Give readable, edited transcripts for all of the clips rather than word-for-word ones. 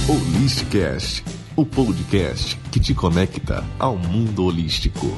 Holisticast, o podcast que te conecta ao mundo holístico.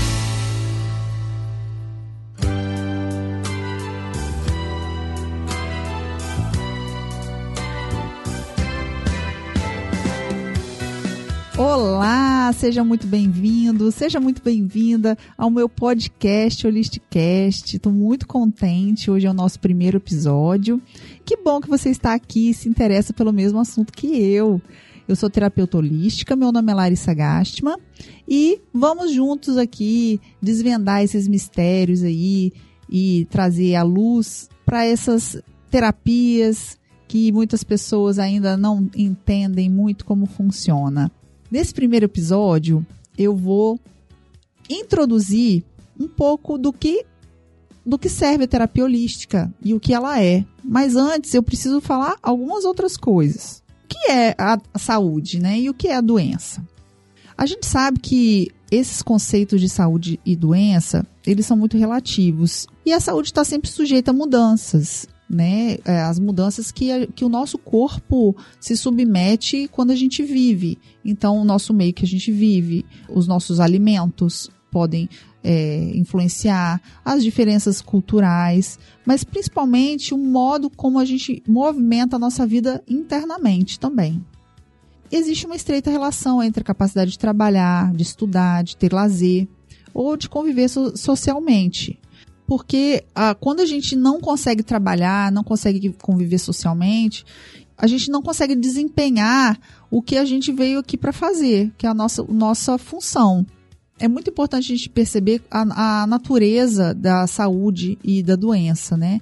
Olá, seja muito bem-vindo, seja muito bem-vinda ao meu podcast Holisticast. Estou muito contente, hoje é o nosso primeiro episódio. Que bom que você está aqui e se interessa pelo mesmo assunto que eu. Eu sou terapeuta holística, meu nome é Larissa Gastman e vamos juntos aqui desvendar esses mistérios aí e trazer à luz para essas terapias que muitas pessoas ainda não entendem muito como funciona. Nesse primeiro episódio, eu vou introduzir um pouco do que serve a terapia holística e o que ela é. Mas antes, eu preciso falar algumas outras coisas. O que é a saúde, né? E o que é a doença? A gente sabe que esses conceitos de saúde e doença, eles são muito relativos. E a saúde está sempre sujeita a mudanças, né? As mudanças que o nosso corpo se submete quando a gente vive. Então, o nosso meio que a gente vive, os nossos alimentos podem influenciar, as diferenças culturais, mas principalmente o modo como a gente movimenta a nossa vida internamente também. Existe uma estreita relação entre a capacidade de trabalhar, de estudar, de ter lazer ou de conviver socialmente. Porque quando a gente não consegue trabalhar, não consegue conviver socialmente, a gente não consegue desempenhar o que a gente veio aqui para fazer, que é a nossa função. É muito importante a gente perceber a natureza da saúde e da doença, né?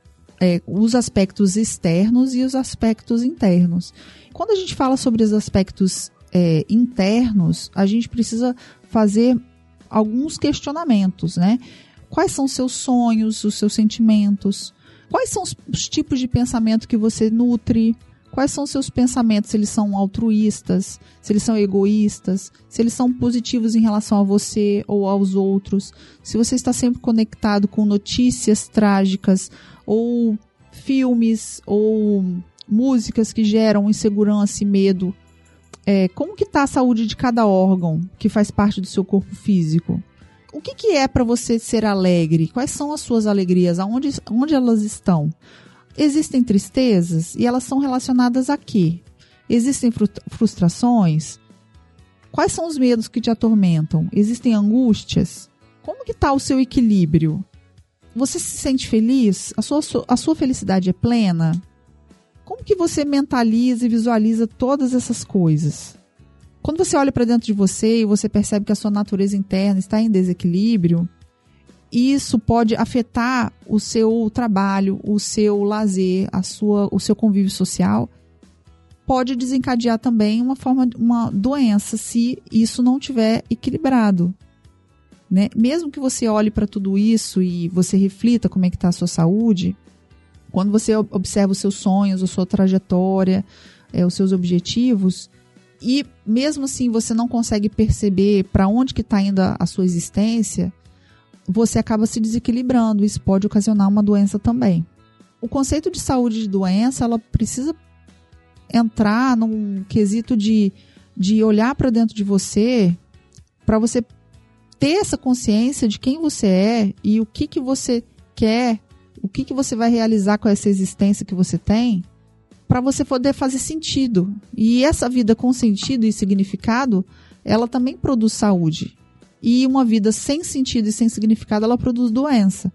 Os aspectos externos e os aspectos internos. Quando a gente fala sobre os aspectos internos, a gente precisa fazer alguns questionamentos, né? Quais são os seus sonhos, os seus sentimentos? Quais são os tipos de pensamento que você nutre? Quais são os seus pensamentos? Se eles são altruístas, se eles são egoístas, se eles são positivos em relação a você ou aos outros? Se você está sempre conectado com notícias trágicas ou filmes ou músicas que geram insegurança e medo, como que está a saúde de cada órgão que faz parte do seu corpo físico? O que é para você ser alegre? Quais são as suas alegrias? Onde elas estão? Existem tristezas e elas são relacionadas a quê? Existem frustrações? Quais são os medos que te atormentam? Existem angústias? Como que está o seu equilíbrio? Você se sente feliz? A sua felicidade é plena? Como que você mentaliza e visualiza todas essas coisas? Quando você olha para dentro de você e você percebe que a sua natureza interna está em desequilíbrio, isso pode afetar o seu trabalho, o seu lazer, o seu convívio social. Pode desencadear também uma doença se isso não estiver equilibrado, né? Mesmo que você olhe para tudo isso e você reflita como é que está a sua saúde, quando você observa os seus sonhos, a sua trajetória, os seus objetivos, e mesmo assim você não consegue perceber para onde que está indo a sua existência, você acaba se desequilibrando. Isso pode ocasionar uma doença também. O conceito de saúde e de doença, ela precisa entrar num quesito de olhar para dentro de você, para você ter essa consciência de quem você é e o que você quer, o que você vai realizar com essa existência que você tem, para você poder fazer sentido. E essa vida com sentido e significado, ela também produz saúde. E uma vida sem sentido e sem significado, ela produz doença,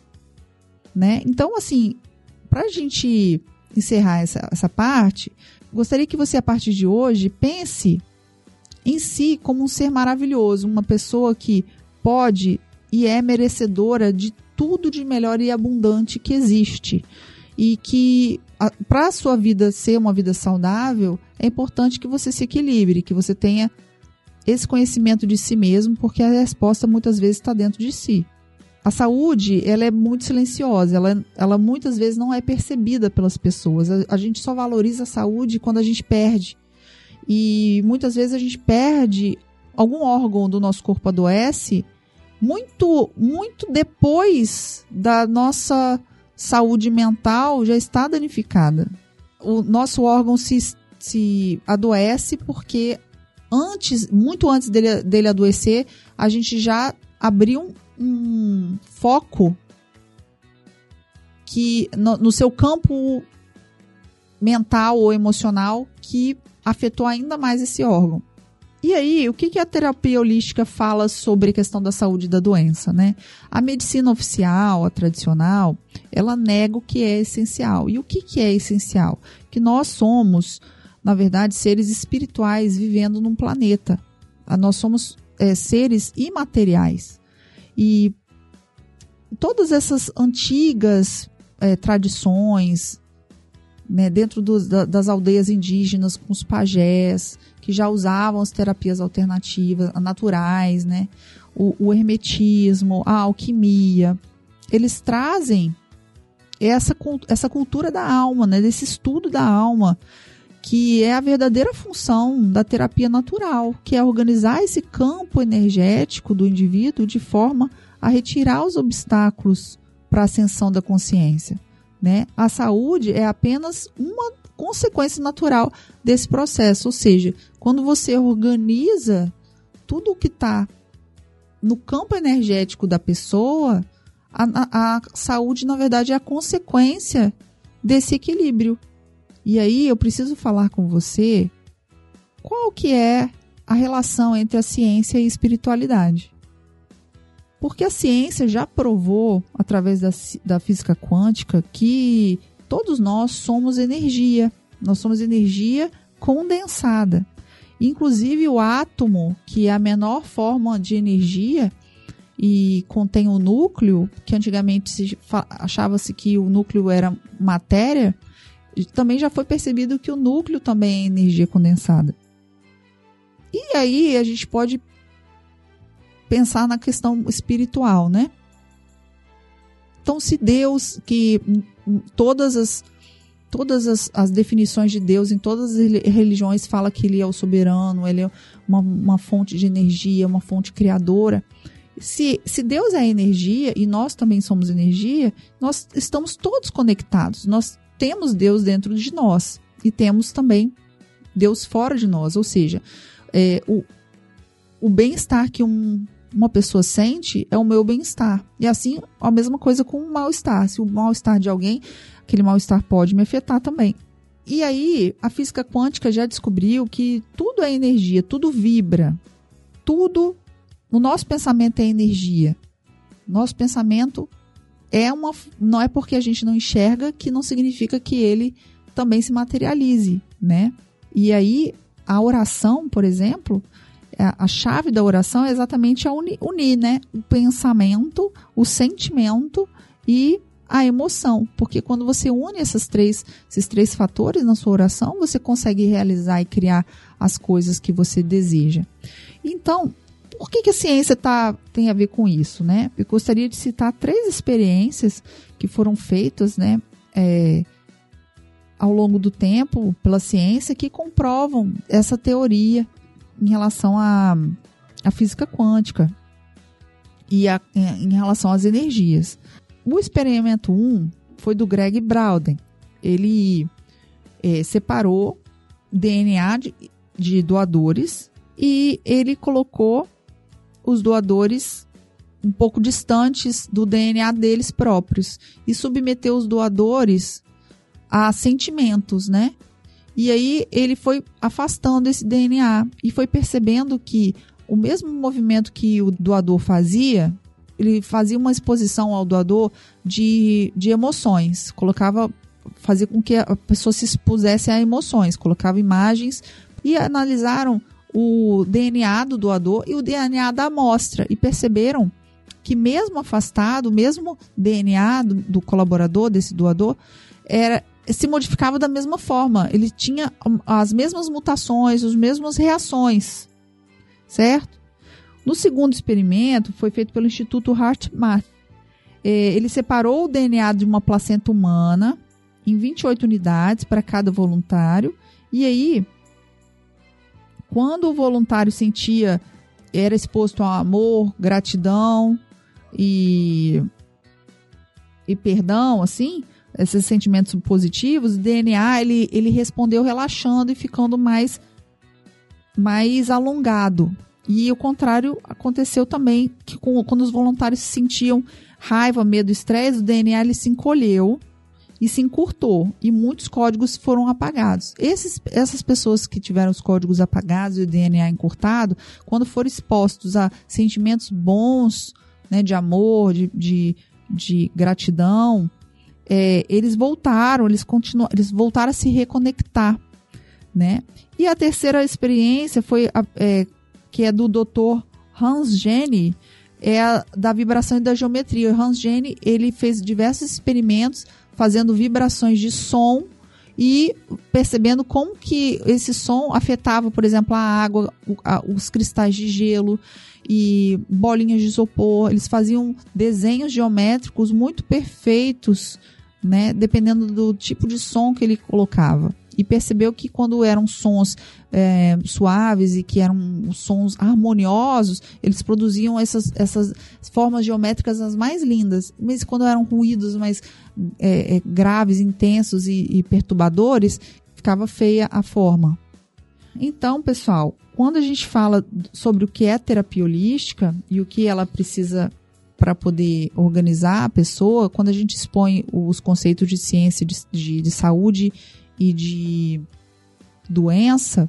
né? Então, assim, para a gente encerrar essa parte, gostaria que você, a partir de hoje, pense em si como um ser maravilhoso, uma pessoa que pode e é merecedora de tudo de melhor e abundante que existe. E que para a sua vida ser uma vida saudável, é importante que você se equilibre, que você tenha esse conhecimento de si mesmo, porque a resposta muitas vezes está dentro de si. A saúde, ela é muito silenciosa, ela muitas vezes não é percebida pelas pessoas. A gente só valoriza a saúde quando a gente perde. E muitas vezes a gente perde algum órgão do nosso corpo, adoece muito, muito depois da nossa saúde mental já está danificada. O nosso órgão se se adoece porque muito antes dele adoecer, a gente já abriu um foco que no seu campo mental ou emocional que afetou ainda mais esse órgão. E aí, o que a terapia holística fala sobre a questão da saúde e da doença, né? A medicina oficial, a tradicional, ela nega o que é essencial. E o que é essencial? Que nós somos, na verdade, seres espirituais vivendo num planeta. Nós somos seres imateriais. E todas essas antigas tradições, né, dentro das aldeias indígenas, com os pajés, que já usavam as terapias alternativas, naturais, né, o hermetismo, a alquimia, eles trazem essa cultura da alma, né, desse estudo da alma, que é a verdadeira função da terapia natural, que é organizar esse campo energético do indivíduo de forma a retirar os obstáculos para a ascensão da consciência, né? A saúde é apenas uma consequência natural desse processo, ou seja, quando você organiza tudo o que está no campo energético da pessoa, a saúde, na verdade, é a consequência desse equilíbrio. E aí eu preciso falar com você qual que é a relação entre a ciência e a espiritualidade. Porque a ciência já provou, através da física quântica, que todos nós somos energia. Nós somos energia condensada. Inclusive o átomo, que é a menor forma de energia e contém o núcleo, que antigamente achava-se que o núcleo era matéria, também já foi percebido que o núcleo também é energia condensada. E aí a gente pode pensar na questão espiritual, né? Então, se Deus, que todas as definições de Deus em todas as religiões fala que ele é o soberano, ele é uma fonte de energia, uma fonte criadora. Se Deus é energia e nós também somos energia, nós estamos todos conectados. Nós temos Deus dentro de nós e temos também Deus fora de nós. Ou seja, o bem-estar que uma pessoa sente é o meu bem-estar. E assim, a mesma coisa com o mal-estar. Se o mal-estar de alguém, aquele mal-estar pode me afetar também. E aí, a física quântica já descobriu que tudo é energia, tudo vibra. Tudo, o nosso pensamento é energia. Nosso pensamento não é porque a gente não enxerga que não significa que ele também se materialize, né? E aí, a oração, por exemplo, a chave da oração é exatamente a unir, né? O pensamento, o sentimento e a emoção. Porque quando você une esses três fatores na sua oração, você consegue realizar e criar as coisas que você deseja. Então, por que a ciência tem a ver com isso, né? Eu gostaria de citar 3 experiências que foram feitas, né, ao longo do tempo pela ciência que comprovam essa teoria em relação à física quântica e em relação às energias. O experimento 1 foi do Greg Braden. Ele separou DNA de doadores e ele colocou os doadores um pouco distantes do DNA deles próprios e submeteu os doadores a sentimentos, né? E aí ele foi afastando esse DNA e foi percebendo que o mesmo movimento que o doador fazia, ele fazia uma exposição ao doador de emoções, fazia com que a pessoa se expusesse a emoções, colocava imagens e analisaram o DNA do doador e o DNA da amostra e perceberam que mesmo afastado, o mesmo DNA do colaborador, desse doador, se modificava da mesma forma. Ele tinha as mesmas mutações, as mesmas reações, certo? No segundo experimento, foi feito pelo Instituto HeartMath. Ele separou o DNA de uma placenta humana em 28 unidades para cada voluntário. E aí, quando o voluntário era exposto a amor, gratidão e perdão, assim, esses sentimentos positivos, o DNA ele respondeu relaxando e ficando mais alongado. E o contrário aconteceu também, que quando os voluntários sentiam raiva, medo, estresse, o DNA ele se encolheu e se encurtou, e muitos códigos foram apagados. Essas pessoas que tiveram os códigos apagados e o DNA encurtado, quando foram expostos a sentimentos bons, né, de amor, de gratidão, eles voltaram a se reconectar, né? E a terceira experiência foi que é do Dr. Hans Gene, da vibração e da geometria. O Hans Gene, ele fez diversos experimentos fazendo vibrações de som e percebendo como que esse som afetava, por exemplo, a água, os cristais de gelo e bolinhas de isopor. Eles faziam desenhos geométricos muito perfeitos, né, dependendo do tipo de som que ele colocava. E percebeu que quando eram sons suaves e que eram sons harmoniosos, eles produziam essas formas geométricas as mais lindas. Mas quando eram ruídos mais graves, intensos e perturbadores, ficava feia a forma. Então, pessoal, quando a gente fala sobre o que é terapia holística e o que ela precisa para poder organizar a pessoa, quando a gente expõe os conceitos de ciência, de saúde e de doença,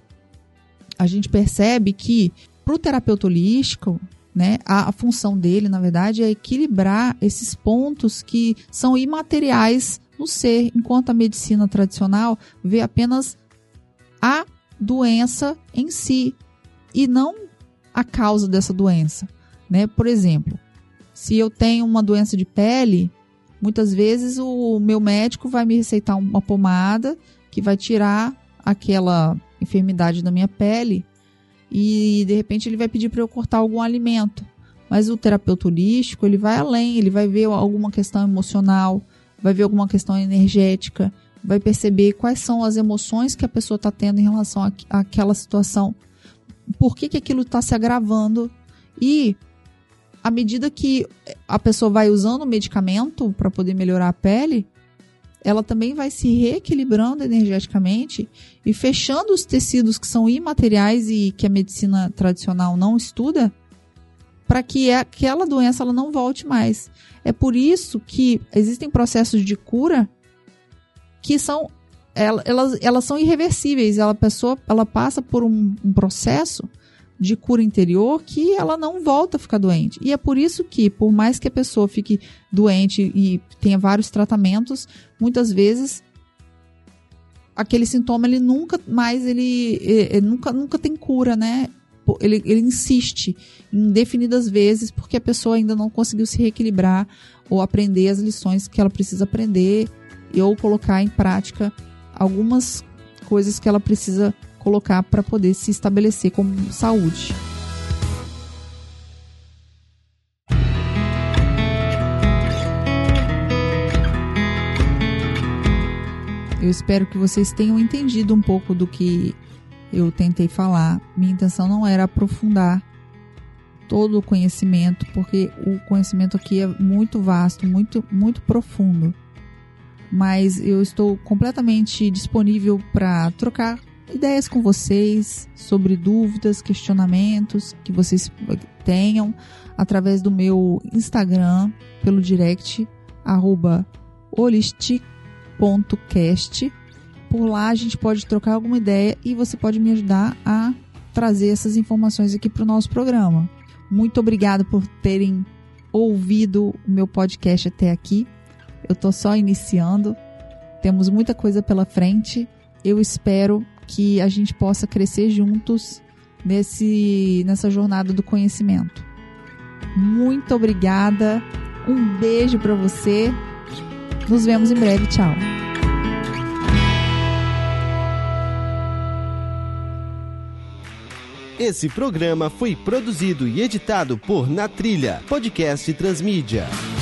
a gente percebe que para o terapeuta holístico, né, a função dele, na verdade, é equilibrar esses pontos que são imateriais no ser, enquanto a medicina tradicional vê apenas a doença em si e não a causa dessa doença, né? Por exemplo, se eu tenho uma doença de pele, muitas vezes o meu médico vai me receitar uma pomada que vai tirar aquela enfermidade da minha pele e, de repente, ele vai pedir para eu cortar algum alimento. Mas o terapeuta holístico, ele vai além, ele vai ver alguma questão emocional, vai ver alguma questão energética, vai perceber quais são as emoções que a pessoa está tendo em relação àquela situação, por que aquilo está se agravando. E, à medida que a pessoa vai usando o medicamento para poder melhorar a pele, ela também vai se reequilibrando energeticamente e fechando os tecidos que são imateriais e que a medicina tradicional não estuda, para que aquela doença ela não volte mais. É por isso que existem processos de cura que são elas são irreversíveis. A pessoa ela passa por um processo de cura interior que ela não volta a ficar doente. E é por isso que, por mais que a pessoa fique doente e tenha vários tratamentos, muitas vezes aquele sintoma ele nunca mais nunca tem cura, né? Ele insiste indefinidas vezes porque a pessoa ainda não conseguiu se reequilibrar ou aprender as lições que ela precisa aprender ou colocar em prática algumas coisas que ela precisa colocar para poder se estabelecer como saúde. Eu espero que vocês tenham entendido um pouco do que eu tentei falar. Minha intenção não era aprofundar todo o conhecimento, porque o conhecimento aqui é muito vasto, muito, muito profundo. Mas eu estou completamente disponível para trocar ideias com vocês sobre dúvidas, questionamentos que vocês tenham através do meu Instagram, pelo direct, @holistic.cast. Por lá a gente pode trocar alguma ideia e você pode me ajudar a trazer essas informações aqui para o nosso programa. Muito obrigada por terem ouvido o meu podcast até aqui. Eu estou só iniciando, temos muita coisa pela frente. Eu espero que a gente possa crescer juntos nessa jornada do conhecimento. Muito obrigada, um beijo para você, nos vemos em breve, tchau. Esse programa foi produzido e editado por Na Trilha, podcast Transmídia.